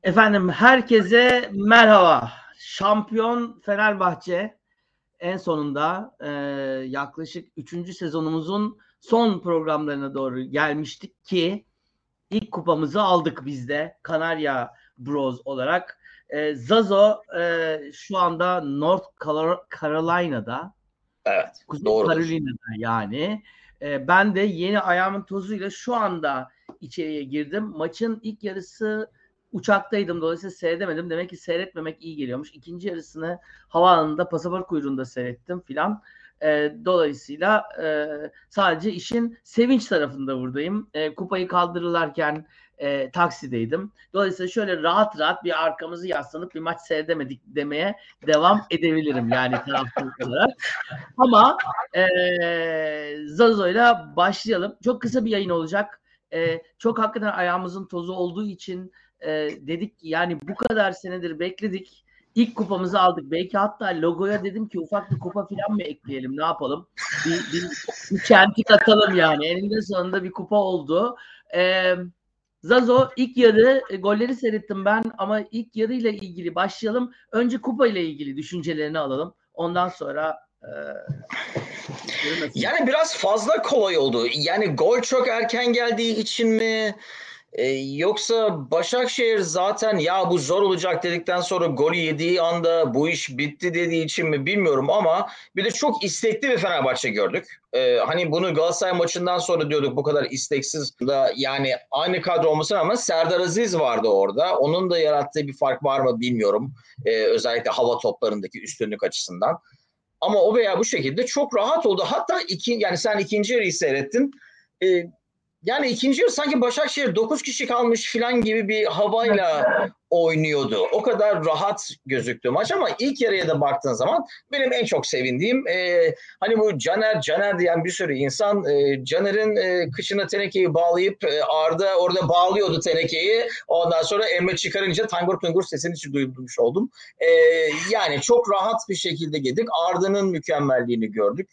Efendim herkese merhaba. Şampiyon Fenerbahçe en sonunda yaklaşık 3. sezonumuzun son programlarına doğru gelmiştik ki ilk kupamızı aldık biz de Kanarya Bros olarak. Zazo şu anda North Carolina'da. Evet, Kuzey doğrudur. Carolina'da yani. Ben de yeni ayağımın tozuyla şu anda içeriye girdim. Maçın ilk yarısı uçaktaydım. Dolayısıyla seyredemedim. Demek ki seyretmemek iyi geliyormuş. İkinci yarısını havaalanında pasaport kuyruğunda seyrettim filan. Dolayısıyla sadece işin sevinç tarafında buradayım. Kupayı kaldırırlarken taksideydim. Dolayısıyla şöyle rahat rahat bir arkamızı yaslanıp bir maç seyredemedik demeye devam edebilirim yani taraftar olarak. Ama Zazo'yla başlayalım. Çok kısa bir yayın olacak. Çok hakikaten ayağımızın tozu olduğu için dedik ki yani bu kadar senedir bekledik. İlk kupamızı aldık. Belki hatta logoya dedim ki ufak bir kupa falan mı ekleyelim, ne yapalım? Bir çentik atalım yani. Eninde sonunda bir kupa oldu. Zazo ilk yarı golleri seyrettim ben ama ilk yarı ile ilgili başlayalım. Önce kupa ile ilgili düşüncelerini alalım. Ondan sonra Yani biraz fazla kolay oldu. Yani gol çok erken geldiği için mi? Yoksa Başakşehir zaten ya bu zor olacak dedikten sonra golü yediği anda bu iş bitti dediği için mi bilmiyorum ama bir de çok istekli bir Fenerbahçe gördük. Hani bunu Galatasaray maçından sonra diyorduk bu kadar isteksiz da yani aynı kadro olmasına ama Serdar Aziz vardı orada. Onun da yarattığı bir fark var mı bilmiyorum. Özellikle hava toplarındaki üstünlük açısından. Ama o veya bu şekilde çok rahat oldu. Hatta yani sen ikinci yarıyı seyrettin. Ee, Yani ikinci yarı sanki Başakşehir 9 kişi kalmış falan gibi bir havayla oynuyordu. O kadar rahat gözüktü maç ama ilk yarıya da baktığın zaman benim en çok sevindiğim hani bu Caner diyen bir sürü insan Caner'in kışına tenekeyi bağlayıp Arda orada bağlıyordu tenekeyi. Ondan sonra Emre çıkarınca tangur tungur sesini duymuş oldum. Yani çok rahat bir şekilde girdik. Arda'nın mükemmelliğini gördük.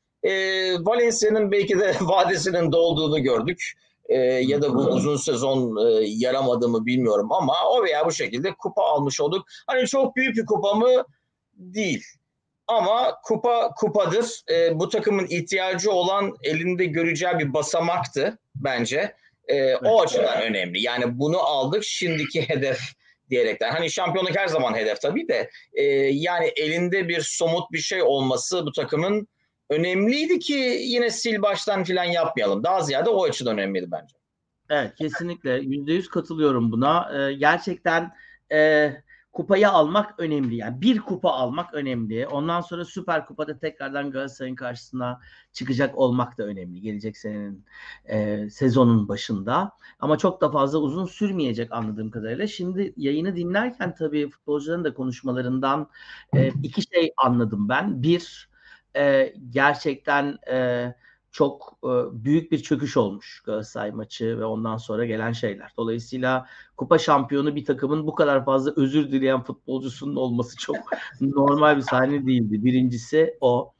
Valencia'nın belki de vadesinin dolduğunu gördük. Ya da bu uzun sezon yaramadı mı bilmiyorum ama o veya bu şekilde kupa almış olduk. Hani çok büyük bir kupa mı? Değil. Ama kupa kupadır. Bu takımın ihtiyacı olan elinde göreceği bir basamaktı bence. O açıdan önemli. Yani bunu aldık şimdiki hedef diyerekten. Hani şampiyonluk her zaman hedef tabii de yani elinde bir somut bir şey olması bu takımın önemliydi ki yine sil baştan falan yapmayalım. Daha ziyade o açıdan önemliydi bence. Evet, kesinlikle %100 katılıyorum buna. Gerçekten kupayı almak önemli. Yani bir kupa almak önemli. Ondan sonra Süper Kupa'da tekrardan Galatasaray'ın karşısına çıkacak olmak da önemli. Gelecek senenin sezonun başında. Ama çok da fazla uzun sürmeyecek anladığım kadarıyla. Şimdi yayını dinlerken tabii futbolcuların da konuşmalarından iki şey anladım ben. Bir, gerçekten çok büyük bir çöküş olmuş Galatasaray maçı ve ondan sonra gelen şeyler. Dolayısıyla kupa şampiyonu bir takımın bu kadar fazla özür dileyen futbolcusunun olması çok normal bir sahne değildi. Birincisi o.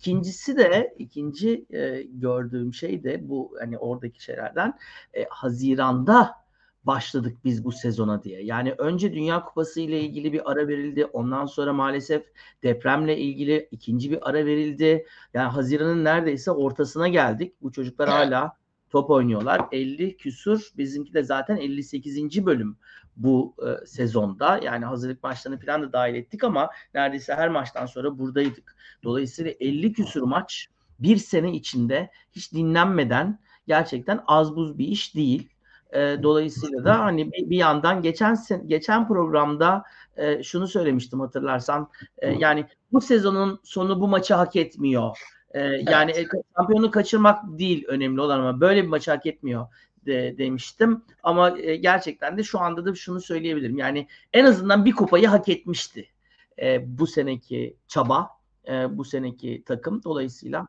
İkinci gördüğüm şey de bu, hani oradaki şeylerden Haziran'da başladık biz bu sezona diye. Yani önce Dünya Kupası ile ilgili bir ara verildi. Ondan sonra maalesef depremle ilgili ikinci bir ara verildi. Yani Haziran'ın neredeyse ortasına geldik. Bu çocuklar hala top oynuyorlar. 50 küsur, bizimki de zaten 58. bölüm bu sezonda. Yani hazırlık maçlarını falan da dahil ettik ama neredeyse her maçtan sonra buradaydık. Dolayısıyla 50 küsur maç bir sene içinde hiç dinlenmeden gerçekten az buz bir iş değil. Dolayısıyla da hani bir yandan geçen programda şunu söylemiştim hatırlarsan. Yani bu sezonun sonu bu maçı hak etmiyor. Yani şampiyonu kaçırmak değil önemli olan ama böyle bir maçı hak etmiyor demiştim. Ama gerçekten de şu anda da şunu söyleyebilirim. Yani en azından bir kupayı hak etmişti bu seneki çaba, bu seneki takım. Dolayısıyla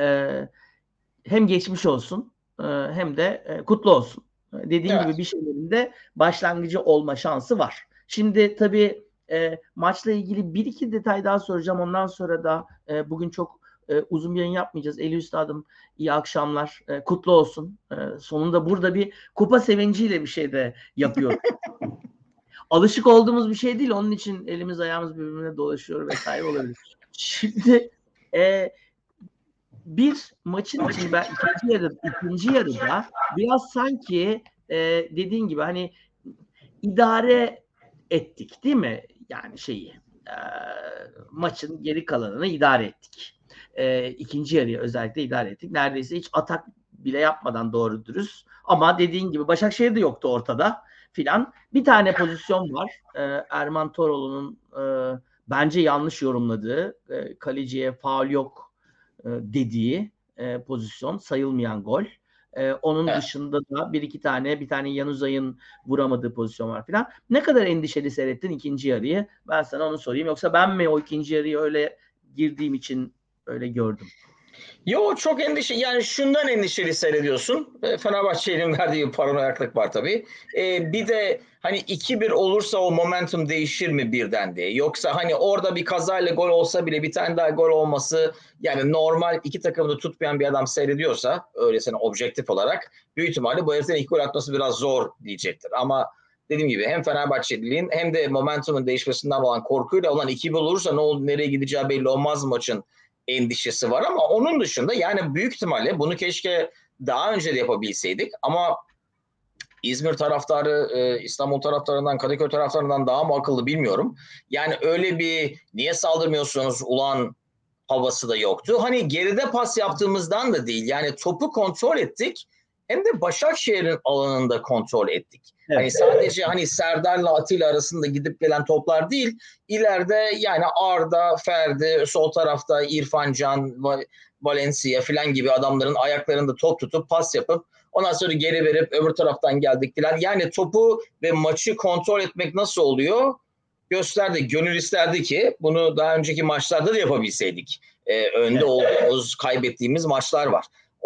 hem geçmiş olsun hem de kutlu olsun. Dediğin gibi bir şeylerin de başlangıcı olma şansı var. Şimdi tabii maçla ilgili bir iki detay daha soracağım. Ondan sonra da bugün çok uzun bir yayın yapmayacağız. Eli Üstadım iyi akşamlar. Kutlu olsun. Sonunda burada bir kupa sevinciyle bir şey de yapıyor. alışık olduğumuz bir şey değil. Onun için elimiz ayağımız birbirine dolaşıyor vesaire olabilir. Şimdi bir maçın içinde ben ikinci yarıda biraz sanki dediğin gibi hani idare ettik değil mi? Yani maçın geri kalanını idare ettik. İkinci yarıyı özellikle idare ettik. Neredeyse hiç atak bile yapmadan doğru dürüst. Ama dediğin gibi Başakşehir de yoktu ortada filan. Bir tane pozisyon var. Erman Toroğlu'nun bence yanlış yorumladığı, kaleciye faul yok dediği pozisyon, sayılmayan gol. Onun dışında da bir tane Yanuzay'ın vuramadığı pozisyon var filan. Ne kadar endişeli seyrettin ikinci yarıyı? Ben sana onu sorayım. Yoksa ben mi o ikinci yarıyı öyle girdiğim için öyle gördüm? Yo, çok yani şundan endişeli seyrediyorsun. Fenerbahçe'nin verdiği bir paranoyaklık var tabii. Bir de hani 2-1 olursa o momentum değişir mi birden diye. Yoksa hani orada bir kazayla gol olsa bile bir tane daha gol olması, yani normal iki takımı da tutmayan bir adam seyrediyorsa öylesine objektif olarak büyük ihtimalle bu herifin ilk gol atması biraz zor diyecektir. Ama dediğim gibi hem Fenerbahçelilerin hem de momentumun değişmesinden olan korkuyla olan 2-1 olursa ne oldu, nereye gideceği belli olmaz maçın endişesi var. Ama onun dışında yani büyük ihtimalle bunu keşke daha önce de yapabilseydik, ama İzmir taraftarı İstanbul taraftarından, Kadıköy taraftarından daha mı akıllı bilmiyorum. Yani öyle bir niye saldırmıyorsunuz ulan havası da yoktu. Hani geride pas yaptığımızdan da değil. Yani topu kontrol ettik. Hem de Başakşehir'in alanında kontrol ettik. Evet. Hani sadece hani Serdar'la Atilla arasında gidip gelen toplar değil. İleride yani Arda, Ferdi, sol tarafta İrfan Can, Valencia falan gibi adamların ayaklarında top tutup pas yapıp ondan sonra geri verip öbür taraftan geldik falan. Yani topu ve maçı kontrol etmek nasıl oluyor? Gösterdi. Gönül isterdi ki bunu daha önceki maçlarda da yapabilseydik. Önde olduğumuz, kaybettiğimiz maçlar var.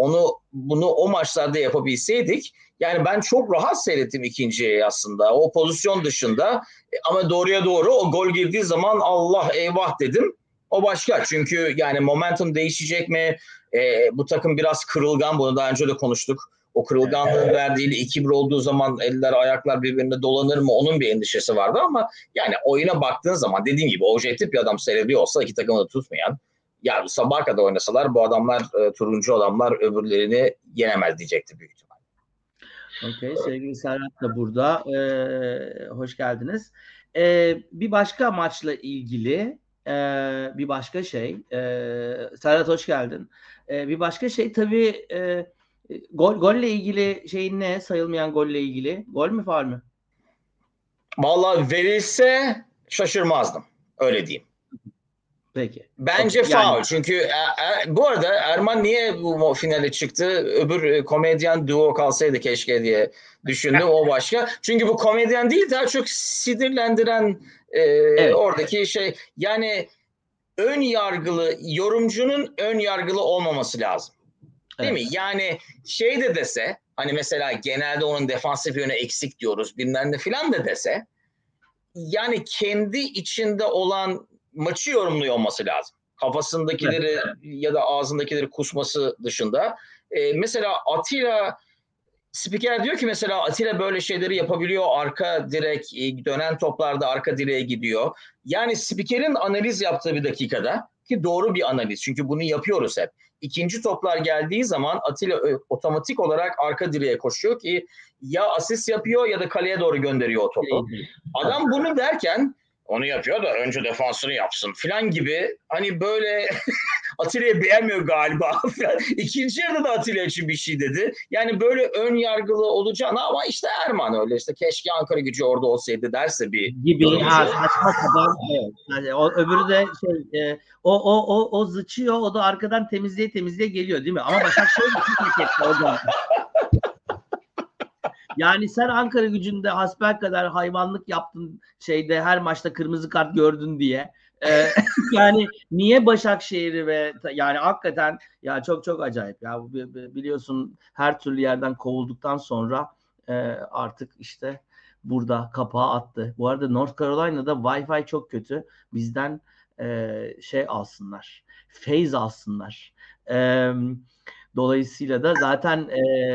Bunu o maçlarda yapabilseydik, yani ben çok rahat seyrettim ikinciyi aslında. O pozisyon dışında, ama doğruya doğru o gol girdiği zaman Allah eyvah dedim. O başka. Çünkü yani momentum değişecek mi? Bu takım biraz kırılgan. Bunu daha önce de konuştuk. O kırılganlığın verdiği 2-1 olduğu zaman eller ayaklar birbirine dolanır mı? Onun bir endişesi vardı ama yani oyuna baktığın zaman dediğim gibi objektif bir adam seyrediyor olsa iki takımı da tutmayan, yani sabah kadar oynasalar bu adamlar, turuncu adamlar öbürlerini yenemez diyecekti büyük ihtimal. Okey. Sevgili Serhat da burada. Hoş geldiniz. Bir başka maçla ilgili bir başka şey. Serhat hoş geldin. Bir başka şey tabii golle ilgili şeyin ne? Sayılmayan golle ilgili. Gol mü faul mü? Vallahi verilse şaşırmazdım. Öyle diyeyim. Peki. Bence okay. faul. Çünkü bu arada Erman niye bu finale çıktı? Öbür komedyen duo kalsaydı keşke diye düşündüm. O başka. Çünkü bu komedyen değil, daha çok sinirlendiren evet. Oradaki şey. Yani ön yargılı, yorumcunun ön yargılı olmaması lazım. Değil evet. mi? Yani şey de dese, hani mesela genelde onun defansif yönü eksik diyoruz bilmem ne filan da dese, yani kendi içinde olan maçı yorumluyor olması lazım. Kafasındakileri evet. ya da ağzındakileri kusması dışında. Mesela Atilla, spiker diyor ki mesela Atilla böyle şeyleri yapabiliyor. Arka direk, dönen toplarda arka direğe gidiyor. Yani spikerin analiz yaptığı bir dakikada, ki doğru bir analiz çünkü bunu yapıyoruz hep. İkinci toplar geldiği zaman Atilla otomatik olarak arka direğe koşuyor ki ya asist yapıyor ya da kaleye doğru gönderiyor o topu. Adam bunu derken onu yapıyor da önce defansını yapsın falan gibi, hani böyle Atilla'yı beğenmiyor galiba. İkinci yarıda da Atilla için bir şey dedi. Yani böyle ön yargılı olacağını, ama işte Erman öyle işte keşke Ankara Gücü orada olsaydı derse bir gibi. Saçma sapan. Evet. Yani öbürü de o zıçıyor, o da arkadan temizliğe geliyor değil mi? Ama Başakşehir yani sen Ankara Gücü'nde hasbelkader hayvanlık yaptın, her maçta kırmızı kart gördün diye. Yani niye Başakşehir'i ve yani hakikaten ya çok acayip ya, biliyorsun her türlü yerden kovulduktan sonra artık işte burada kapağı attı. Bu arada North Carolina'da Wi-Fi çok kötü. Bizden alsınlar. Feyz alsınlar. Dolayısıyla da zaten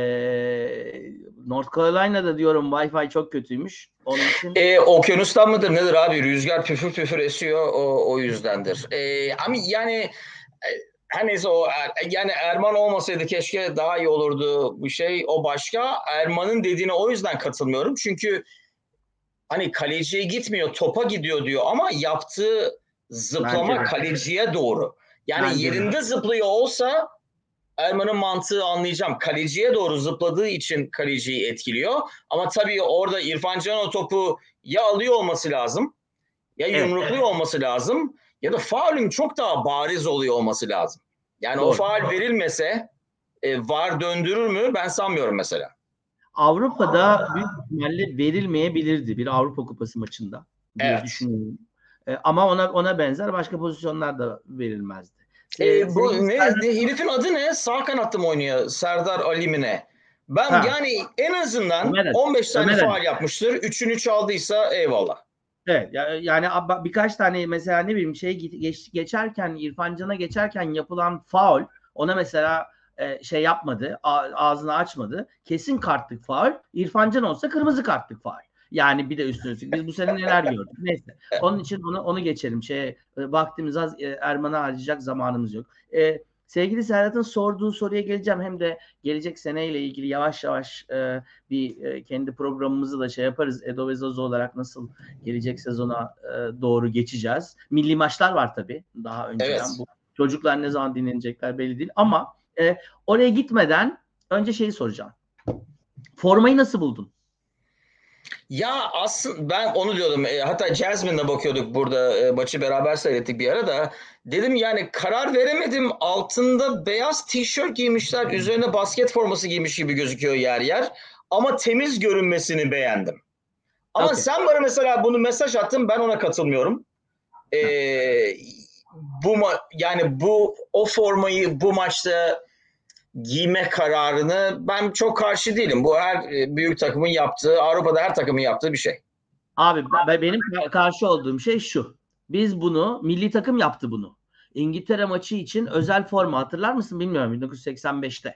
North Carolina'da diyorum Wi-Fi çok kötüymüş. Onun için Okyanustan mıdır nedir abi? Rüzgar püfür püfür esiyor, o yüzdendir. Ama yani her neyse, yani Erman olmasaydı keşke daha iyi olurdu bu şey. O başka. Erman'ın dediğine o yüzden katılmıyorum. Çünkü hani kaleciye gitmiyor, topa gidiyor diyor ama yaptığı bence zıplama de. kaleciye doğru. Yani Bence de. yerinde zıplıyor olsa Erman'ın mantığı anlayacağım. Kaleciye doğru zıpladığı için kaleciyi etkiliyor. Ama tabii orada İrfan Can o topu ya alıyor olması lazım, ya Evet. yumrukluyor olması lazım, ya da faulün çok daha bariz oluyor olması lazım. Yani o Doğru. faul verilmese VAR döndürür mü? Ben sanmıyorum mesela. Avrupa'da büyük ihtimalle verilmeyebilirdi bir Avrupa Kupası maçında diye Evet. düşünüyorum. Ama ona benzer başka pozisyonlar da verilmezdi. Bu Sevgili herifin adı ne? Sağ kanatta mı oynuyor? Serdar Ali mi ne? Ben ha, yani en azından Ömer Ali. 15 tane Ömer Ali. faul yapmıştır. 3'ünü çaldıysa eyvallah. Evet, yani birkaç tane mesela ne bileyim geçerken İrfan Can'a geçerken yapılan faul ona mesela şey yapmadı, ağzını açmadı. Kesin kartlık faul. İrfan Can olsa kırmızı kartlık faul. Yani bir de üstüne üstlük. Biz bu sene neler gördük. Neyse. Onun için onu geçelim. Vaktimiz az, Erman'a harcayacak zamanımız yok. Sevgili Serhat'ın sorduğu soruya geleceğim. Hem de gelecek seneyle ilgili yavaş yavaş kendi programımızı da şey yaparız. Edo ve Zozo olarak nasıl gelecek sezona doğru geçeceğiz. Milli maçlar var tabii daha önceden. Evet. Bu çocuklar ne zaman dinlenecekler belli değil. Ama oraya gitmeden önce şeyi soracağım. Formayı nasıl buldun? Ya aslında ben onu diyordum. Hatta Jasmine'le bakıyorduk burada, maçı beraber seyrettik bir ara da. Dedim yani karar veremedim. Altında beyaz tişört giymişler. Üzerine basket forması giymiş gibi gözüküyor yer yer. Ama temiz görünmesini beğendim. Ama Okay. sen bana mesela bunu mesaj attın, ben ona katılmıyorum. Ee, yani o formayı bu maçta giyme kararını ben çok karşı değilim. Bu her büyük takımın yaptığı, Avrupa'da her takımın yaptığı bir şey. Abi benim karşı olduğum şey şu. Biz bunu milli takım yaptı bunu. İngiltere maçı için özel forma hatırlar mısın bilmiyorum 1985'te.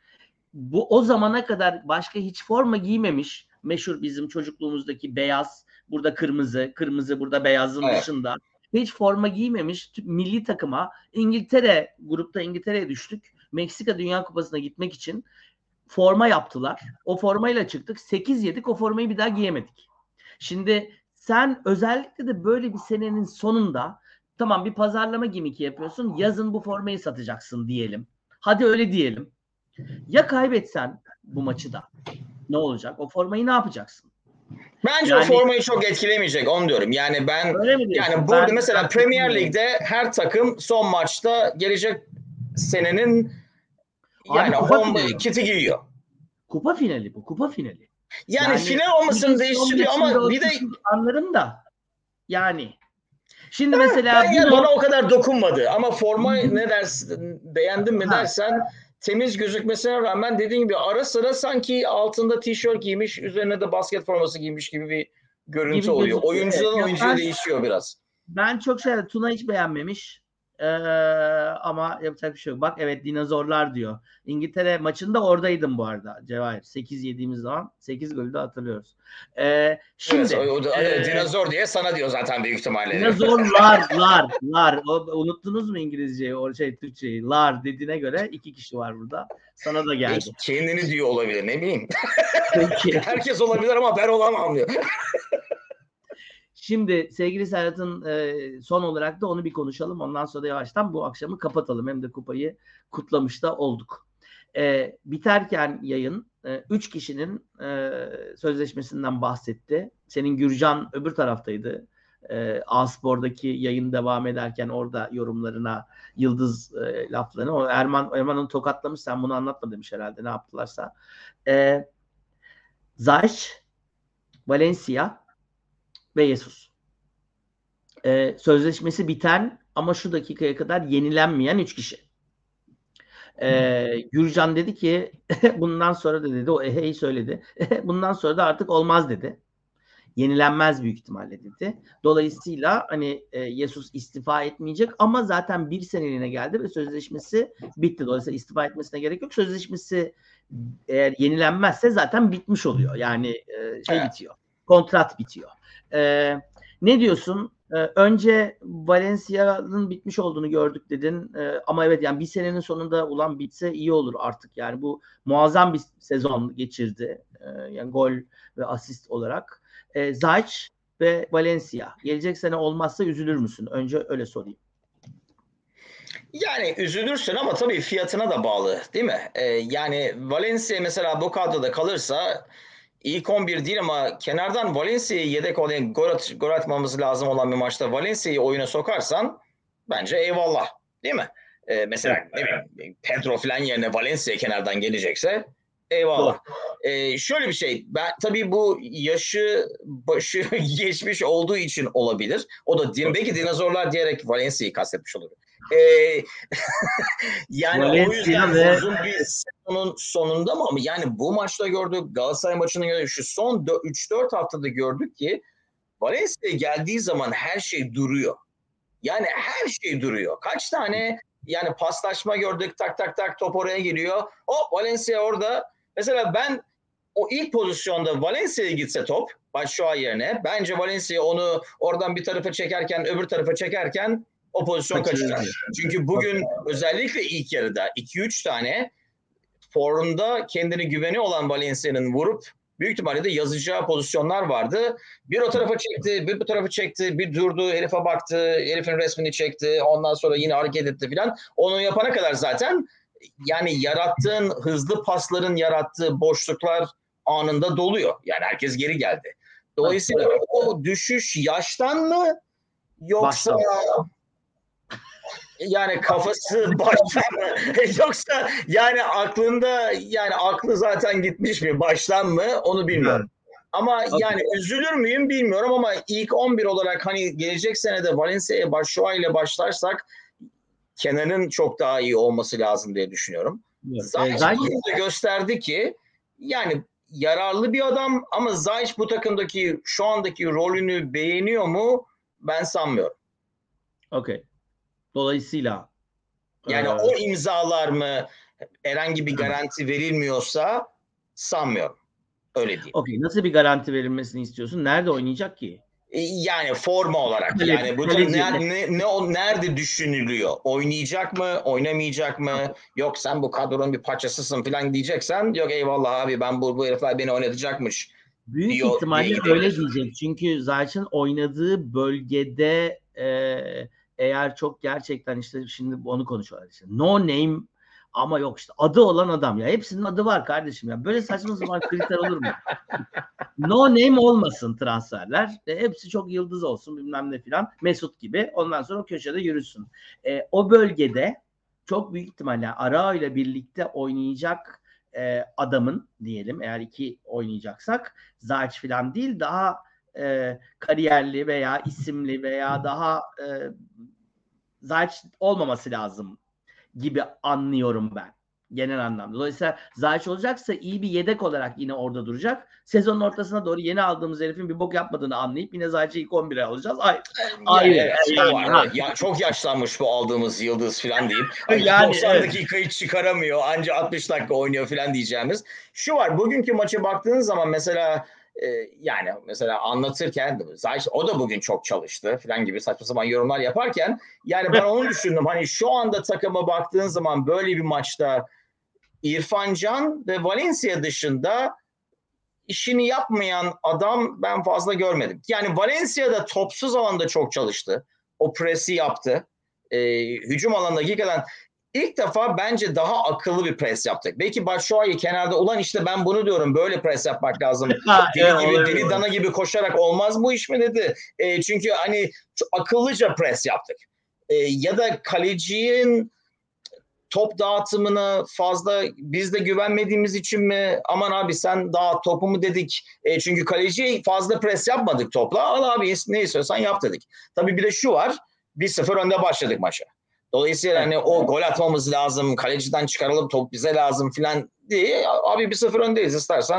O zamana kadar başka hiç forma giymemiş meşhur bizim çocukluğumuzdaki beyaz burada kırmızı burada beyazın Evet. dışında hiç forma giymemiş milli takıma grupta İngiltere'ye düştük. Meksika Dünya Kupası'na gitmek için forma yaptılar. O formayla çıktık. 8 yedik. O formayı bir daha giyemedik. Şimdi sen özellikle de böyle bir senenin sonunda tamam bir pazarlama gimmick yapıyorsun. Yazın bu formayı satacaksın diyelim. Hadi öyle diyelim. Ya kaybetsen bu maçı da ne olacak? O formayı ne yapacaksın? Bence o Yani formayı çok etkilemeyecek, onu diyorum. öyle mi Yani diyorsun? burada Ben mesela Premier katılmıyorum. Lig'de her takım son maçta gelecek senenin Abi yani kupa home finali. kit'i giyiyor. Kupa finali bu. Kupa finali. Yani Yani final ligin olmasını son değiştiriyor maçında ama o bir de anlarım da yani. Şimdi mesela yani bana bunu o kadar dokunmadı. Ama forma ne dersin, beğendin mi ha, dersen, temiz gözükmesine rağmen dediğin gibi ara sıra sanki altında tişört giymiş, üzerine de basket forması giymiş gibi bir görüntü gibi oluyor. gözüküyor. Evet. Oyuncudan Ya oyuncuya değişiyor biraz. ben çok Tuna hiç beğenmemiş. Ama yapacak bir şey yok. Bak evet dinozorlar diyor. İngiltere maçında oradaydım bu arada Cevahir. 8 yediğimiz zaman 8 golü de hatırlıyoruz. Evet, Şimdi dinozor diye sana diyor zaten büyük ihtimalle diyor. dinozorlar. Unuttunuz mu İngilizceyi, Türkçeyi? Lar dediğine göre 2 kişi var burada. Sana da Belki geldi. kendini diyor olabilir, ne bileyim. Peki. Herkes olabilir ama ben olamam diyor. Şimdi sevgili Serhat'ın son olarak da onu bir konuşalım. Ondan sonra da yavaştan bu akşamı kapatalım. Hem de kupayı kutlamış da olduk. Biterken yayın 3 kişinin sözleşmesinden bahsetti. Senin Gürcan öbür taraftaydı. A-Spor'daki yayın devam ederken orada yorumlarına yıldız laflarını. O Erman'ın tokatlamış, sen bunu anlatma demiş herhalde ne yaptılarsa. Zayç, Valencia ve Jesus. Sözleşmesi biten ama şu dakikaya kadar yenilenmeyen 3 kişi. Gürcan dedi ki bundan sonra da dedi o Ehe'yi söyledi. Bundan sonra da artık olmaz dedi. Yenilenmez büyük ihtimalle dedi. Dolayısıyla hani Jesus istifa etmeyecek ama zaten bir seneliğine geldi ve sözleşmesi bitti. Dolayısıyla istifa etmesine gerek yok. Sözleşmesi eğer yenilenmezse zaten bitmiş oluyor. Yani bitiyor. Kontrat bitiyor. Ne diyorsun? Önce Valencia'nın bitmiş olduğunu gördük dedin. Ama evet yani bir senenin sonunda ulan bitse iyi olur artık. Yani bu muazzam bir sezon geçirdi. Yani gol ve asist olarak. Zayt ve Valencia. Gelecek sene olmazsa üzülür müsün? Önce öyle sorayım. Yani üzülürsün ama tabii fiyatına da bağlı değil mi? Yani Valencia mesela bu kadroda kalırsa ilk 11 değil ama kenardan Valencia'yı yedek olarak gol atmamız lazım olan bir maçta Valencia'yı oyuna sokarsan bence eyvallah değil mi? Mesela ne bileyim, Pedro falan yerine Valencia kenardan gelecekse eyvallah. Şöyle bir şey, ben tabii bu yaşı başı geçmiş olduğu için olabilir. O da belki dinozorlar diyerek Valencia'yı kastetmiş olur. Yani Valencia o yüzden uzun bir sezonun sonunda mı? Ama yani bu maçta gördük, Galatasaray maçını gördük, şu son 3-4 haftada gördük ki Valencia geldiği zaman her şey duruyor. Yani her şey duruyor. Kaç tane yani paslaşma gördük, tak tak tak top oraya geliyor. Hop Valencia orada. Mesela ben o ilk pozisyonda Valencia'ya gitse top Batshuayi yerine bence Valencia onu oradan bir tarafa çekerken öbür tarafa çekerken o pozisyon kaçırır. Çünkü bugün özellikle ilk yarıda 2-3 tane formda kendini güveni olan Valencia'nın vurup büyük ihtimalle de yazacağı pozisyonlar vardı. Bir o tarafa çekti, bir bu tarafa çekti, bir durdu, herife baktı, herifin resmini çekti, ondan sonra yine hareket etti filan. Onu yapana kadar zaten yani yarattığın hızlı pasların yarattığı boşluklar anında doluyor. Yani herkes geri geldi. Dolayısıyla o düşüş yaştan mı yoksa yani kafası baştan mı yoksa yani aklında yani aklı zaten gitmiş mi baştan mı onu bilmiyorum. Ama yani üzülür müyüm bilmiyorum ama ilk 11 olarak hani gelecek senede Valencia'ya Batshuayi ile başlarsak Kenan'ın çok daha iyi olması lazım diye düşünüyorum. Zayt gösterdi ki yani yararlı bir adam ama Zayt bu takımdaki şu andaki rolünü beğeniyor mu? Ben sanmıyorum. Okey. Dolayısıyla yani o imzalar mı herhangi bir garanti verilmiyorsa sanmıyorum. Öyle değil. Okey. Nasıl bir garanti verilmesini istiyorsun? Nerede oynayacak ki? Yani forma olarak yani bu nerede düşünülüyor? Oynayacak mı, oynamayacak mı? Yok sen bu kadronun bir parçasısın falan diyeceksen yok eyvallah abi ben bu herifler beni oynatacakmış. Büyük ihtimalle öyle diyecek. Çünkü Zayt'ın oynadığı bölgede eğer çok gerçekten işte şimdi onu konuşuyorlar işte. No name ama yok işte adı olan adam ya. Hepsinin adı var kardeşim ya. Böyle saçma sapan kriter olur mu? No name olmasın transferler. Hepsi çok yıldız olsun bilmem ne filan. Mesut gibi. Ondan sonra o köşede yürüsün. O bölgede çok büyük ihtimalle Arao ile birlikte oynayacak adamın diyelim eğer iki oynayacaksak Zayt filan değil daha kariyerli veya isimli veya daha Zayt olmaması lazım gibi anlıyorum ben. Genel anlamda. Dolayısıyla Zayt olacaksa iyi bir yedek olarak yine orada duracak. Sezonun ortasına doğru yeni aldığımız herifin bir bok yapmadığını anlayıp yine Zayt'ı ilk 11'e alacağız. Ya çok yaşlanmış bu aldığımız yıldız falan deyip yani, 90 dakikayı çıkaramıyor anca 60 dakika oynuyor falan diyeceğimiz. Şu var bugünkü maça baktığınız zaman mesela yani mesela anlatırken Zayt o da bugün çok çalıştı falan gibi saçma sapan yorumlar yaparken yani ben onu düşündüm. Hani şu anda takıma baktığın zaman böyle bir maçta İrfan Can ve Valencia dışında işini yapmayan adam ben fazla görmedim. Yani Valencia'da topsuz alanda çok çalıştı. O presi yaptı. Hücum alanında hakikaten ilk defa bence daha akıllı bir pres yaptık. Belki Batshuayi kenarda ulan işte ben bunu diyorum böyle pres yapmak lazım. Deli dana gibi koşarak olmaz bu iş mi dedi. Çünkü hani akıllıca pres yaptık. Ya da kalecinin top dağıtımına fazla biz de güvenmediğimiz için mi aman abi sen dağıt topu mu dedik. Çünkü kaleciye fazla pres yapmadık topla. Al abi ne istiyorsan yap dedik. Tabii bir de şu var 1-0 önde başladık maça. Dolayısıyla hani o gol atmamız lazım. Kaleciden çıkaralım top bize lazım filan diye. Abi 1-0 öndeyiz istersen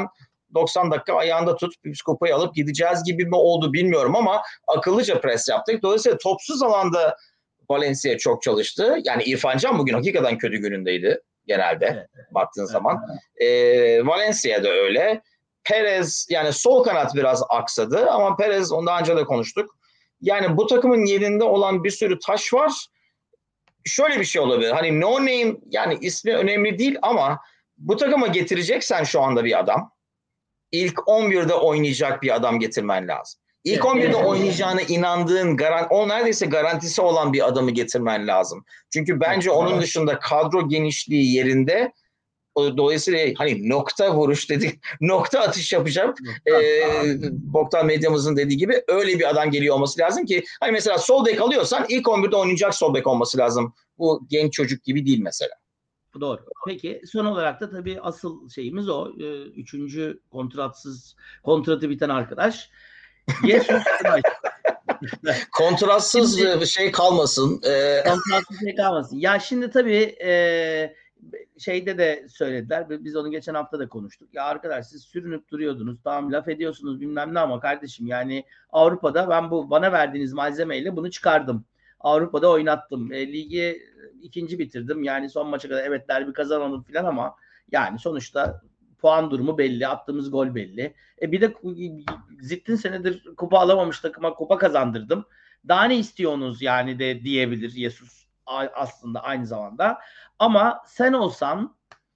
90 dakika ayağında tut, biz kupayı alıp gideceğiz gibi mi oldu bilmiyorum ama akıllıca pres yaptık. Dolayısıyla topsuz alanda Valencia çok çalıştı. Yani İrfan Can bugün hakikaten kötü günündeydi genelde Evet. baktığın zaman. Valencia da öyle. Perez yani sol kanat biraz aksadı ama Perez ondan önce de konuştuk. Yani bu takımın yerinde olan bir sürü taş var. Şöyle bir şey olabilir. Hani no name yani ismi önemli değil ama bu takıma getireceksen şu anda bir adam ilk 11'de oynayacak bir adam getirmen lazım. İlk 11'de oynayacağına inandığın, o neredeyse garantisi olan bir adamı getirmen lazım. Çünkü bence onun dışında kadro genişliği yerinde. Dolayısıyla hani nokta vuruş dedik, nokta atış yapacağım. Boktan medyamızın dediği gibi öyle bir adam geliyor olması lazım ki hani mesela sol bek alıyorsan ilk 11'de oynayacak sol bek olması lazım. Bu genç çocuk gibi değil mesela. Doğru. Peki son olarak da tabii asıl şeyimiz o. Üçüncü kontratı biten arkadaş. Jesus kontratsız bir şey kalmasın. Kontratsız şey kalmasın. Ya şimdi tabii şeyde de söylediler. Biz onu geçen hafta da konuştuk. Ya arkadaş siz sürünüp duruyordunuz. Tamam laf ediyorsunuz bilmem ne ama kardeşim yani Avrupa'da ben bana verdiğiniz malzemeyle bunu çıkardım. Avrupa'da oynattım. Ligi ikinci bitirdim. Yani son maça kadar evet derbi kazanamadım falan ama yani sonuçta puan durumu belli. Attığımız gol belli. Bir de Zittin senedir kupa alamamış takıma kupa kazandırdım. Daha ne istiyorsunuz yani de diyebilir Jesus aslında aynı zamanda. Ama sen olsan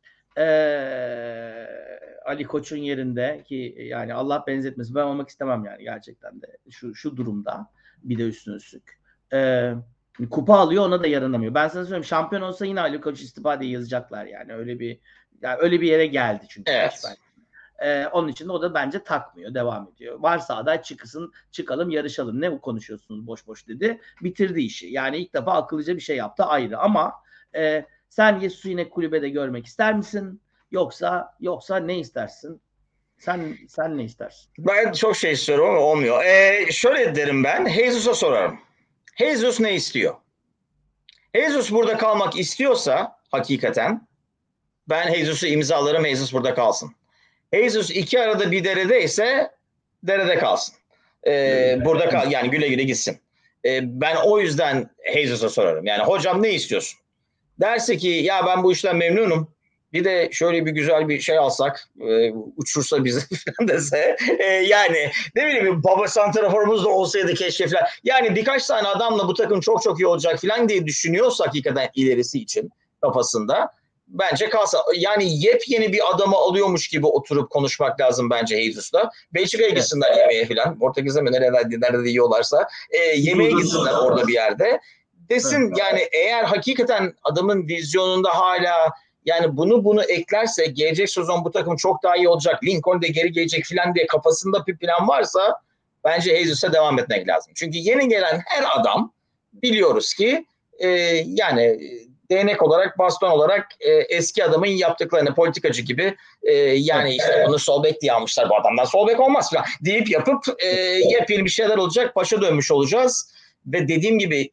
Ali Koç'un yerinde ki yani Allah benzetmesin ben olmak istemem yani gerçekten de şu durumda bir de üstüne üstlük. Kupa alıyor ona da yaranamıyor. Ben sana söyleyeyim şampiyon olsa yine Ali Koç istifa diye yazacaklar yani öyle bir yere geldi çünkü. Evet. Onun için de o da bence takmıyor. Devam ediyor. Varsa aday çıkalım yarışalım. Ne konuşuyorsunuz boş boş dedi. Bitirdi işi. Yani ilk defa akıllıca bir şey yaptı ayrı. Ama sen Yesus'u yine kulübede görmek ister misin? Yoksa ne istersin? Sen ne istersin? Ben çok şey istiyorum ama olmuyor. Şöyle derim ben. Jesus'a sorarım. Jesus ne istiyor? Jesus burada kalmak istiyorsa hakikaten ben Jesus'u imzalarım. Jesus burada kalsın. Jesus iki arada bir derede ise derede kalsın. Burada kal yani güle güle gitsin. Ben o yüzden Jesus'a sorarım. Yani hocam ne istiyorsun? Derse ki ya ben bu işten memnunum. Bir de şöyle bir güzel bir şey alsak uçursa bizi falan dese yani ne bileyim baba santraforumuz da olsaydı keşke falan. Yani birkaç tane adamla bu takım çok çok iyi olacak falan diye düşünüyorsa hakikaten ilerisi için kafasında bence kalsa. Yani yepyeni bir adamı alıyormuş gibi oturup konuşmak lazım bence Jesus'la. Belçika'ya gitsinler yemeğe falan. Portekiz'de mi nerede de yiyorlarsa. Yemeğe gitsinler orada bir yerde. Desin yani eğer hakikaten adamın vizyonunda hala yani bunu eklerse gelecek sezon bu takım çok daha iyi olacak. Lincoln de geri gelecek falan diye kafasında bir plan varsa bence Jesus'a devam etmek lazım. Çünkü yeni gelen her adam biliyoruz ki yani değnek olarak baston olarak eski adamın yaptıklarını politikacı gibi yani işte bunu sol bek diye almışlar bu adamdan sol bek olmaz falan deyip yapıp yepyeni bir şeyler olacak başa dönmüş olacağız ve dediğim gibi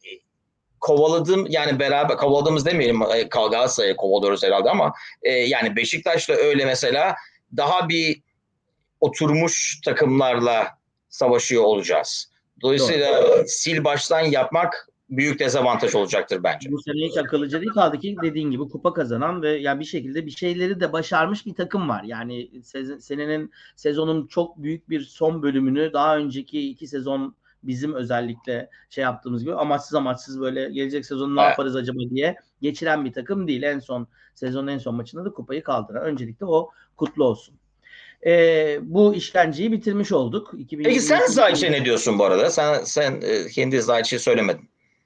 yani beraber kovaladığımız demeyelim Galatasaray'ı kovalıyoruz herhalde ama yani Beşiktaş'la öyle mesela daha bir oturmuş takımlarla savaşıyor olacağız. Dolayısıyla sil baştan yapmak büyük dezavantaj olacaktır bence. Bu sene hiç akıllıca değil kaldı ki dediğin gibi kupa kazanan ve yani bir şekilde bir şeyleri de başarmış bir takım var. Yani sezonun çok büyük bir son bölümünü daha önceki 2 sezon bizim özellikle şey yaptığımız gibi amaçsız böyle gelecek sezonu ne yaparız acaba diye geçiren bir takım değil. Sezonun en son maçında da kupayı kaldıran. Öncelikle o kutlu olsun. Bu işkenceyi bitirmiş olduk. Peki sen Zayç'e ne diyorsun bu arada? Sen kendi Zayç'i söylemedin.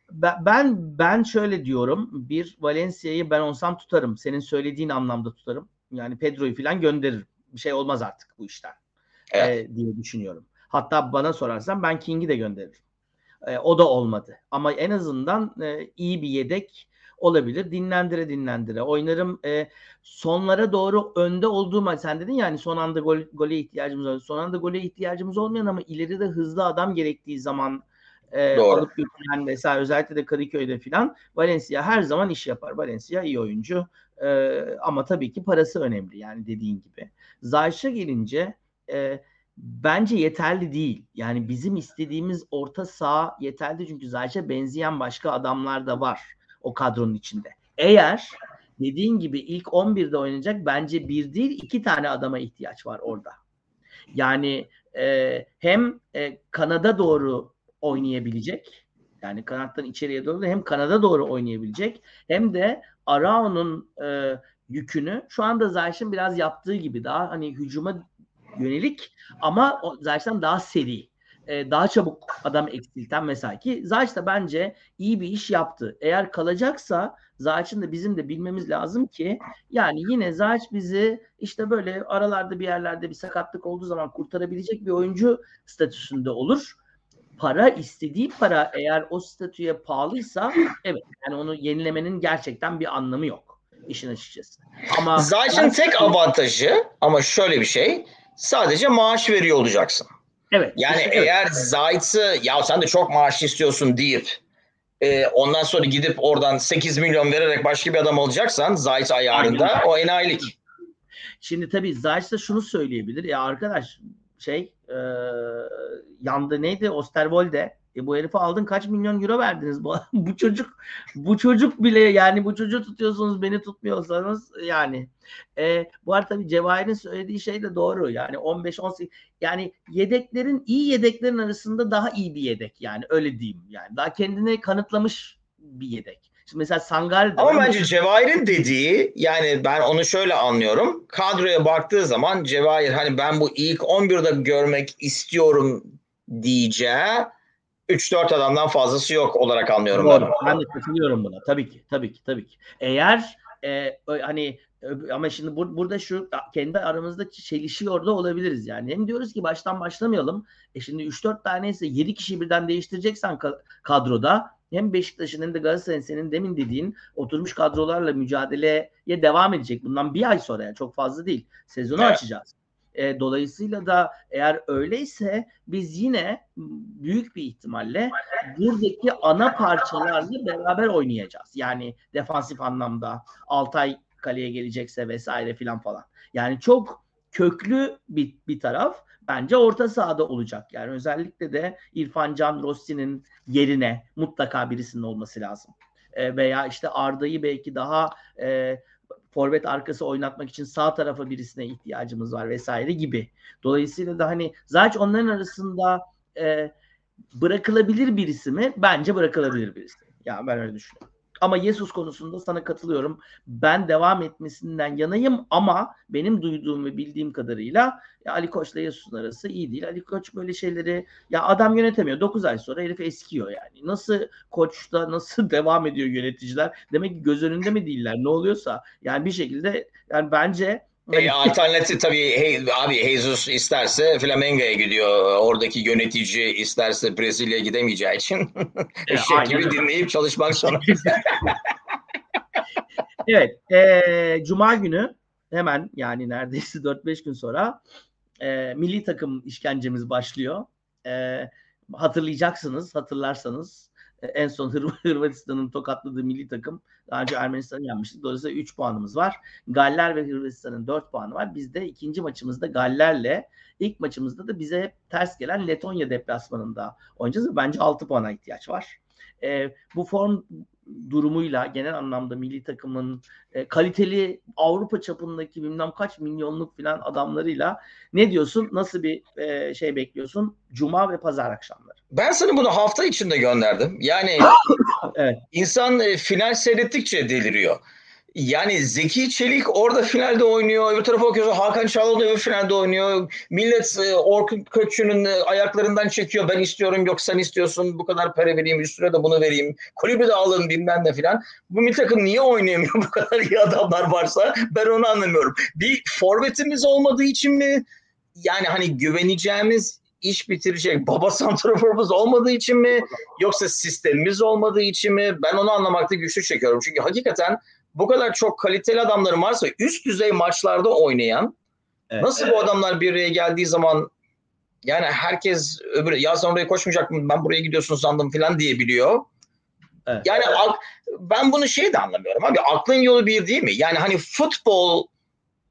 Ben şöyle diyorum. Bir Valencia'yı ben olsam tutarım. Senin söylediğin anlamda tutarım. Yani Pedro'yu falan gönderirim. Bir şey olmaz artık bu işten. Diye düşünüyorum. Hatta bana sorarsan ben King'i de gönderirim. O da olmadı. Ama en azından iyi bir yedek olabilir. Dinlendire oynarım. Sonlara doğru önde olduğum sen dedin yani son anda gole ihtiyacımız var. Son anda gole ihtiyacımız olmayan ama ileride hızlı adam gerektiği zaman alıp götüren mesela özellikle de Kadıköy'de filan Valencia her zaman iş yapar. Valencia iyi oyuncu. Ama tabii ki parası önemli yani dediğin gibi. Zayç'a gelince bence yeterli değil. Yani bizim istediğimiz orta saha yeterli çünkü Zayt'e benzeyen başka adamlar da var o kadronun içinde. Eğer dediğin gibi ilk 11'de oynayacak bence bir değil 2 tane adama ihtiyaç var orada. Yani hem kanada doğru oynayabilecek yani kanattan içeriye doğru hem kanada doğru oynayabilecek hem de Arao'nun yükünü şu anda Zayt'in biraz yaptığı gibi daha hani hücuma yönelik ama Zayt'tan daha seri. Daha çabuk adam eksilten mesela ki Zayt da bence iyi bir iş yaptı. Eğer kalacaksa Zayt'ın da bizim de bilmemiz lazım ki yani yine Zayt bizi işte böyle aralarda bir yerlerde bir sakatlık olduğu zaman kurtarabilecek bir oyuncu statüsünde olur. Para istediği para eğer o statüye pahalıysa evet yani onu yenilemenin gerçekten bir anlamı yok işin açıkçası. Ama Zayt'ın tek avantajı ama şöyle bir şey sadece maaş veriyor olacaksın. evet. Yani işte, eğer Zayt'ı ya sen de çok maaş istiyorsun deyip ondan sonra gidip oradan 8 milyon vererek başka bir adam alacaksan Zayt ayarında o enayilik. Şimdi tabii Zayt da şunu söyleyebilir. Ya arkadaş yandı neydi? Osterwolde. Bu herifi aldın kaç milyon euro verdiniz? Bu çocuk bile yani bu çocuğu tutuyorsunuz beni tutmuyorsanız yani. Bu arada tabii Cevahir'in söylediği şey de doğru. Yani 15-18 yani iyi yedeklerin arasında daha iyi bir yedek yani öyle diyeyim yani. Daha kendini kanıtlamış bir yedek. Şimdi mesela Sangar'da ama bence Cevahir'in dediği yani ben onu şöyle anlıyorum. Kadroya baktığı zaman Cevahir hani ben bu ilk 11'de görmek istiyorum diyeceği 3-4 adamdan fazlası yok olarak anlıyorum doğru. ben. Ben de katılıyorum buna. Tabii ki. Eğer hani ama şimdi burada şu kendi aramızda çelişiyor da olabiliriz yani. Hem diyoruz ki baştan başlamayalım. Şimdi 3-4 tane ise 7 kişi birden değiştireceksen kadroda hem Beşiktaş'ın hem de Galatasaray'ın senin demin dediğin oturmuş kadrolarla mücadeleye devam edecek. Bundan bir ay sonra yani çok fazla değil. Sezonu açacağız. Dolayısıyla da eğer öyleyse biz yine büyük bir ihtimalle buradaki ana parçalarla beraber oynayacağız. Yani defansif anlamda Altay kaleye gelecekse vesaire filan falan. Yani çok köklü bir taraf bence orta sahada olacak. Yani özellikle de İrfan Can Rossi'nin yerine mutlaka birisinin olması lazım. Veya işte Arda'yı belki daha forvet arkası oynatmak için sağ tarafa birisine ihtiyacımız var vesaire gibi. Dolayısıyla da hani zaten onların arasında bırakılabilir birisi mi? Bence bırakılabilir birisi. Yani ben öyle düşünüyorum. Ama Jesus konusunda sana katılıyorum. Ben devam etmesinden yanayım ama benim duyduğum ve bildiğim kadarıyla Ali Koç'la Jesus'un arası iyi değil. Ali Koç böyle şeyleri ya adam yönetemiyor. 9 ay sonra herif eskiyor yani. Nasıl Koç'ta nasıl devam ediyor yöneticiler? Demek ki göz önünde mi değiller? Ne oluyorsa yani bir şekilde yani bence hani Alternatif tabii abi Jesus isterse Flamengo'ya gidiyor. Oradaki yönetici isterse Brezilya'ya gidemeyeceği için eşek gibi dinleyip çalışmak zorunda. Evet. Cuma günü hemen yani neredeyse 4-5 gün sonra milli takım işkencemiz başlıyor. Hatırlarsanız en son Hırvatistan'ın tokatladığı milli takım daha önce Ermenistan'ı yenmiştik. Dolayısıyla 3 puanımız var. Galler ve Hırvatistan'ın 4 puanı var. Biz de ikinci maçımızda Galler'le ilk maçımızda da bize ters gelen Letonya deplasmanında oynayacağız ve bence 6 puana ihtiyaç var. Bu form durumuyla genel anlamda milli takımın kaliteli Avrupa çapındaki bilmem kaç milyonluk filan adamlarıyla ne diyorsun? Nasıl bir şey bekliyorsun? Cuma ve pazar akşamları. Ben sana bunu hafta içinde gönderdim. Yani evet. İnsan final seyrettikçe deliriyor. Yani Zeki Çelik orada finalde oynuyor. Öbür tarafa bakıyorsun Hakan Çalhanoğlu öbür finalde oynuyor. Millet Orkun Kökçü'nün ayaklarından çekiyor. Ben istiyorum yok sen istiyorsun. Bu kadar para vereyim üstüne de bunu vereyim. Kulübü de alın bilmem ne filan. Bu milli takım niye oynayamıyor bu kadar iyi adamlar varsa ben onu anlamıyorum. Bir forvetimiz olmadığı için mi? Yani hani güveneceğimiz iş bitirecek baba santraforumuz olmadığı için mi yoksa sistemimiz olmadığı için mi ben onu anlamakta güçlük çekiyorum. Çünkü hakikaten bu kadar çok kaliteli adamların varsa üst düzey maçlarda oynayan nasıl bu adamlar bir araya geldiği zaman yani herkes öbür ya sen oraya koşmayacak mı ben buraya gidiyorsun sandım falan diyebiliyor. Evet. Yani ben bunu de anlamıyorum abi aklın yolu bir değil mi? Yani hani futbol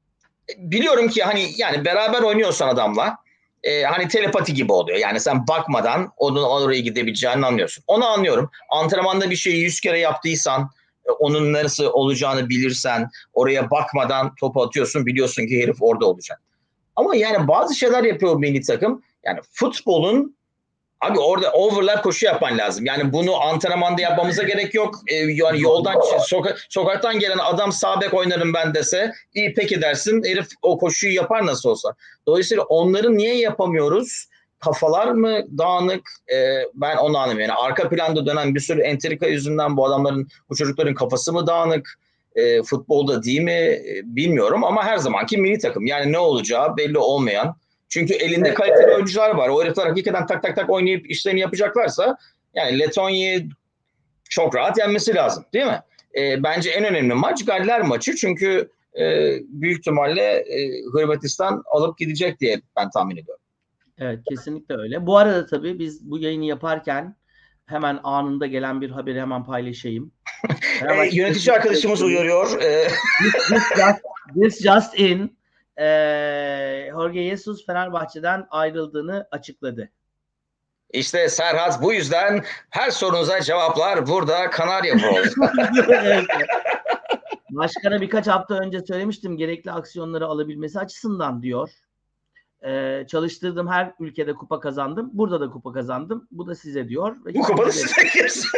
biliyorum ki hani yani beraber oynuyorsan adamla hani telepati gibi oluyor. Yani sen bakmadan onun oraya gidebileceğini anlıyorsun. Onu anlıyorum. Antrenmanda bir şeyi 100 kere yaptıysan onun nasıl olacağını bilirsen oraya bakmadan topu atıyorsun biliyorsun ki herif orada olacak. Ama yani bazı şeyler yapıyor milli takım. Yani futbolun abi orada overlap koşu yapman lazım. Yani bunu antrenmanda yapmamıza gerek yok. Yani yoldan sokaktan gelen adam sağ bek oynarım ben dese iyi peki dersin. Herif o koşuyu yapar nasıl olsa. Dolayısıyla onları niye yapamıyoruz? Kafalar mı dağınık? Ben onu anlamıyorum. Yani arka planda dönen bir sürü entrika yüzünden bu adamların, bu çocukların kafası mı dağınık? Futbolda değil mi? Bilmiyorum ama her zamanki milli takım. Yani ne olacağı belli olmayan. Çünkü elinde Evet. kaliteli oyuncular var. O herifler hakikaten tak tak tak oynayıp işlerini yapacaklarsa yani Letonya'yı çok rahat yenmesi lazım değil mi? Bence en önemli maç Galler maçı. Çünkü büyük ihtimalle Hırvatistan alıp gidecek diye ben tahmin ediyorum. Evet, kesinlikle öyle. Bu arada tabii biz bu yayını yaparken hemen anında gelen bir haberi hemen paylaşayım. Fenerbahçe Yönetici arkadaşımız uyarıyor. this just in. Jorge Jesus Fenerbahçe'den ayrıldığını açıkladı. İşte Serhat bu yüzden her sorunuza cevaplar burada Kanarya Bros. Evet. Başkana birkaç hafta önce söylemiştim gerekli aksiyonları alabilmesi açısından diyor. Çalıştırdığım her ülkede kupa kazandım. Burada da kupa kazandım. Bu da size diyor. Bu kupada size girsin.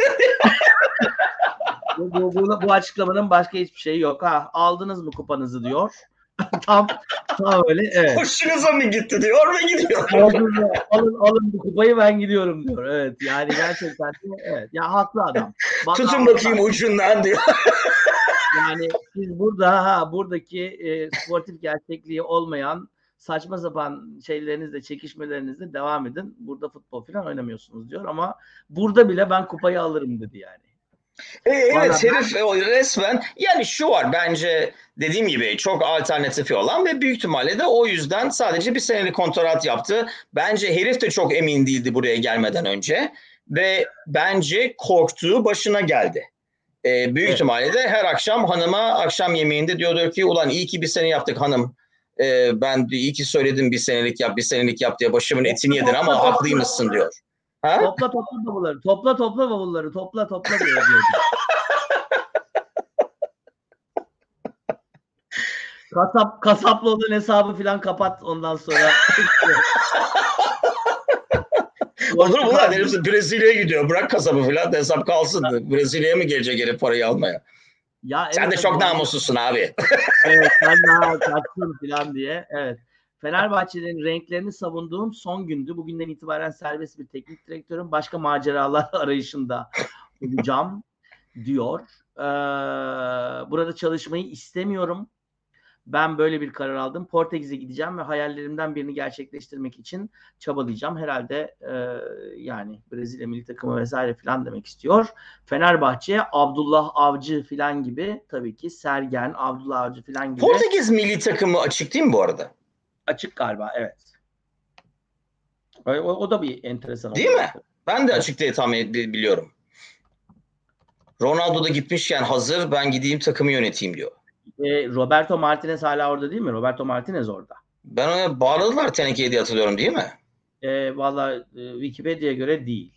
Bu açıklamanın başka hiçbir şeyi yok. Ha, aldınız mı kupanızı diyor. tam öyle. Evet. Hoşunuza mı gitti diyor ve gidiyor. alın bu kupayı ben gidiyorum diyor. Evet. Yani gerçekten de evet. Ya haklı adam. Tutun bakayım ucundan diyor. Yani siz buradaki sportif gerçekliği olmayan saçma sapan şeylerinizle, çekişmelerinizle devam edin. Burada futbol falan oynamıyorsunuz diyor ama burada bile ben kupayı alırım dedi yani. Evet herif resmen yani şu var bence dediğim gibi çok alternatifi olan ve büyük ihtimalle de o yüzden sadece bir senelik kontrat yaptı. Bence herif de çok emin değildi buraya gelmeden önce ve bence korktuğu başına geldi. Büyük ihtimalle de her akşam hanıma akşam yemeğinde diyordur ki ulan iyi ki bir sene yaptık hanım. Ben iyi ki söyledim bir senelik yap diye başımın etini yedin ama haklıymışsın diyor. Ha? Topla bavulları. Topla bavulları. Topla diyor. Kasapla olan hesabı falan kapat ondan sonra. Olur mu lan? Herif Brezilya'ya gidiyor. Bırak kasabı falan hesap kalsın. Brezilya'ya mı gelecek herif parayı almaya? Ya evet, sen de çok namussuzsun abi. Evet sen daha kaçtın falan diye. Evet. Fenerbahçe'nin renklerini savunduğum son gündü. Bugünden itibaren serbest bir teknik direktörüm. Başka maceralar arayışında olacağım diyor. Burada çalışmayı istemiyorum. Ben böyle bir karar aldım. Portekiz'e gideceğim ve hayallerimden birini gerçekleştirmek için çabalayacağım. Herhalde yani Brezilya milli takımı vesaire falan demek istiyor. Fenerbahçe, Abdullah Avcı falan gibi tabii ki Sergen, Abdullah Avcı falan gibi. Portekiz milli takımı açık değil mi bu arada? Açık galiba evet. O da bir enteresan değil mi? Ben de açık diye tahmin biliyorum. Ronaldo da gitmişken hazır ben gideyim takımı yöneteyim diyor. Roberto Martinez hala orada değil mi? Roberto Martinez orada. Ben ona bağladılar tenekeye diye hatırlıyorum değil mi? Valla Wikipedia'ya göre değil.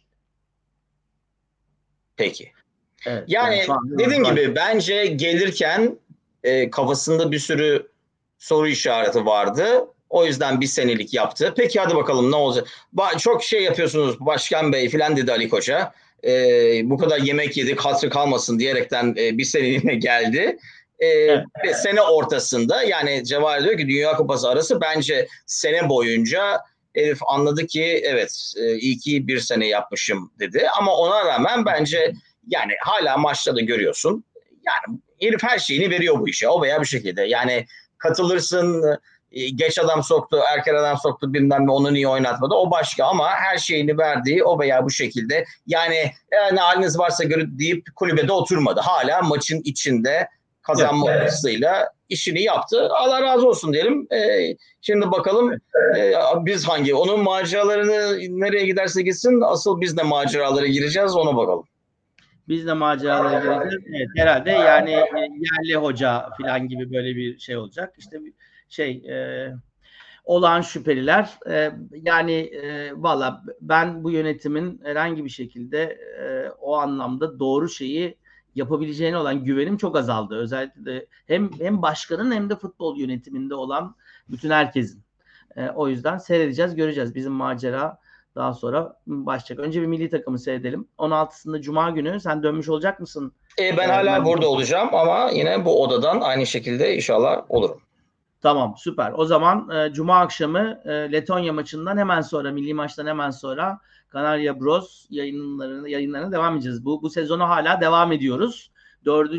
Peki. Evet, yani dediğim gibi bence gelirken kafasında bir sürü soru işareti vardı. O yüzden bir senelik yaptı. Peki hadi bakalım ne olacak? Çok şey yapıyorsunuz Başkan Bey filan dedi Ali Koç'a. Bu kadar yemek yedik hatırı kalmasın diyerekten bir seneliğine geldi. Evet. Ve sene ortasında yani Cevahir diyor ki Dünya Kupası arası bence sene boyunca herif anladı ki evet iyi ki bir sene yapmışım dedi. Ama ona rağmen bence yani hala maçta da görüyorsun. Yani herif her şeyini veriyor bu işe o veya bir şekilde. Yani katılırsın geç adam soktu, erken adam soktu bilmem ne onu niye oynatmadı o başka ama her şeyini verdiği o veya bu şekilde. Yani ne haliniz varsa görün deyip kulübede oturmadı. Hala maçın içinde kazanma hırsıyla işini yaptı. Allah razı olsun diyelim. Şimdi bakalım biz onun maceralarını nereye giderse gitsin asıl biz de maceralara gireceğiz ona bakalım. Biz de maceralara gireceğiz. Evet, herhalde yani yerli hoca falan gibi böyle bir şey olacak. İşte olağan şüpheliler. Yani valla ben bu yönetimin herhangi bir şekilde o anlamda doğru şeyi yapabileceğine olan güvenim çok azaldı. Özellikle de hem başkanın hem de futbol yönetiminde olan bütün herkesin. O yüzden seyredeceğiz, göreceğiz. Bizim macera daha sonra başlayacak. Önce bir milli takımı seyredelim. 16'sında Cuma günü. Sen dönmüş olacak mısın? Ben hala burada olacağım ama yine bu odadan aynı şekilde inşallah olurum. Tamam, süper. O zaman Cuma akşamı Letonya maçından hemen sonra, milli maçtan hemen sonra Kanarya Bros yayınlarına devam edeceğiz. Bu sezonu hala devam ediyoruz. 4.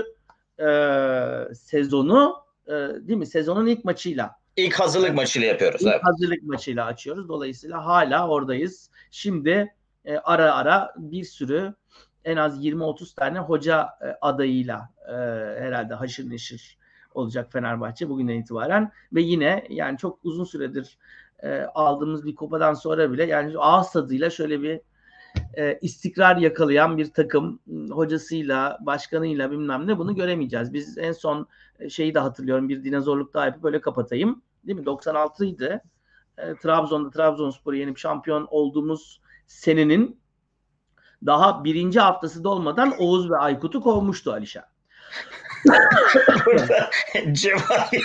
sezonu değil mi? Sezonun ilk maçıyla. İlk hazırlık maçıyla yapıyoruz. İlk hazırlık maçıyla açıyoruz. Dolayısıyla hala oradayız. Şimdi ara ara bir sürü en az 20-30 tane hoca adayıyla herhalde haşır neşir olacak Fenerbahçe bugünden itibaren ve yine yani çok uzun süredir aldığımız bir kupadan sonra bile yani ağız tadıyla şöyle bir istikrar yakalayan bir takım hocasıyla, başkanıyla bilmem ne bunu göremeyeceğiz. Biz en son şeyi de hatırlıyorum, bir dinozorluk daha yapıp böyle kapatayım. Değil mi? 96'ydı. Trabzon'da Trabzonspor'u yenip şampiyon olduğumuz senenin daha birinci haftası dolmadan Oğuz ve Aykut'u kovmuştu Alişan. Burada Cevahir.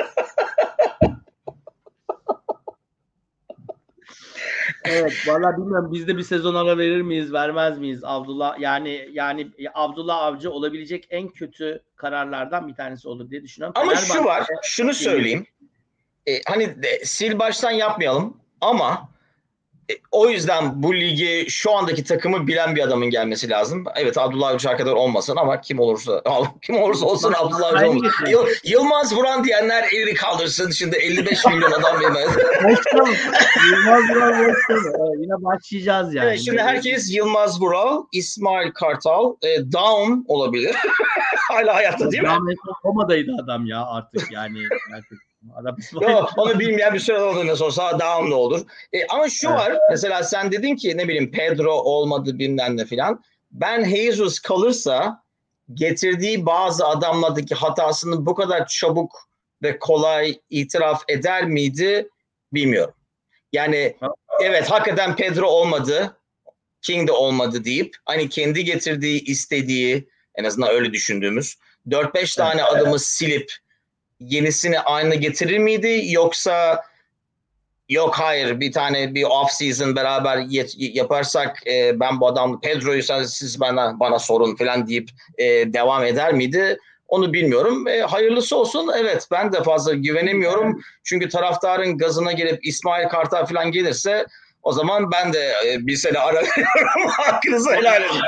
Evet, vallahi bilmiyorum biz de bir sezon ara verir miyiz, vermez miyiz Abdullah? Yani Abdullah Avcı olabilecek en kötü kararlardan bir tanesi olur diye düşünüyorum. Ama şu var, şunu söyleyeyim. Hani sil baştan yapmayalım ama o yüzden bu ligi şu andaki takımı bilen bir adamın gelmesi lazım. Evet, Abdullah Avcı kadar olmasın ama kim olursa olsun Abdullah Avcı olmasın. Yılmaz Vuran diyenler elini kaldırsın. Şimdi 55 milyon adam bilmez. Yılmaz Vural yine başlayacağız yani. Evet, şimdi herkes Yılmaz Vural, İsmail Kartal, Daum olabilir. Hala hayatta değil mi? Daum komadaydı adam ya artık yani. Yok, onu bilmeyen bir süre oldu ne sorsa Daum da olur. Ama şu var, mesela sen dedin ki ne bileyim Pedro olmadı bilmem ne filan. Ben Jesus kalırsa getirdiği bazı adamlardaki hatasını bu kadar çabuk ve kolay itiraf eder miydi bilmiyorum. Yani evet hakikaten Pedro olmadı, King de olmadı deyip hani kendi getirdiği, istediği en azından öyle düşündüğümüz 4-5 tane adamı silip yenisini aynı getirir miydi yoksa yok hayır bir off season beraber yaparsak ben bu adam Pedro'yu siz bana sorun falan deyip devam eder miydi? Onu bilmiyorum. Hayırlısı olsun. Evet ben de fazla güvenemiyorum. Çünkü taraftarın gazına gelip İsmail Kartal falan gelirse o zaman ben de bir sene ara veriyorum. Hakkınızı helal edin.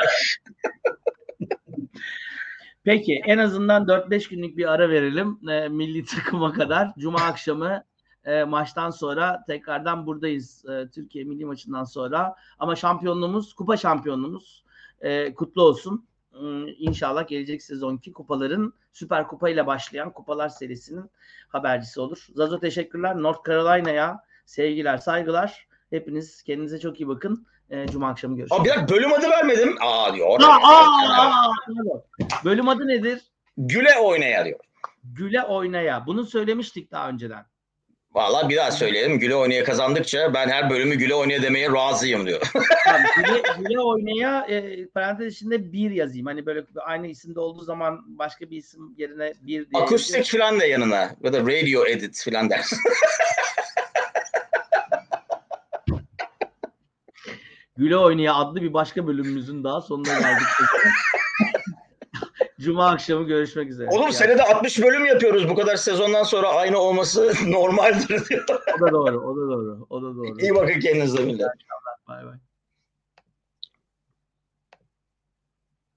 Peki en azından 4-5 günlük bir ara verelim milli takıma kadar. Cuma akşamı maçtan sonra tekrardan buradayız Türkiye milli maçından sonra. Ama şampiyonluğumuz, kupa şampiyonluğumuz kutlu olsun. İnşallah gelecek sezonki kupaların Süper Kupa ile başlayan kupalar serisinin habercisi olur. Zazo teşekkürler. North Carolina'ya sevgiler, saygılar. Hepiniz kendinize çok iyi bakın. Cuma akşamı görüşürüz. Bir dakika bölüm adı vermedim. Diyor. Bölüm adı nedir? Güle oynaya diyor. Güle oynaya. Bunu söylemiştik daha önceden. Vallahi bir daha söyleyelim. Güle oynaya kazandıkça ben her bölümü güle oynaya demeye razıyım diyor. Tamam, güle oynaya parantez içinde bir yazayım. Hani böyle aynı isimde olduğu zaman başka bir isim yerine bir diye. Akustik falan da yanına. Ya da radio edit falan dersin. Güle Oynaya adlı bir başka bölümümüzün daha sonuna geldik. Cuma akşamı görüşmek üzere. Oğlum senede 60 bölüm yapıyoruz. Bu kadar sezondan sonra aynı olması normaldir diyor. O da doğru. İyi bakın kendinize millet. Bay bay.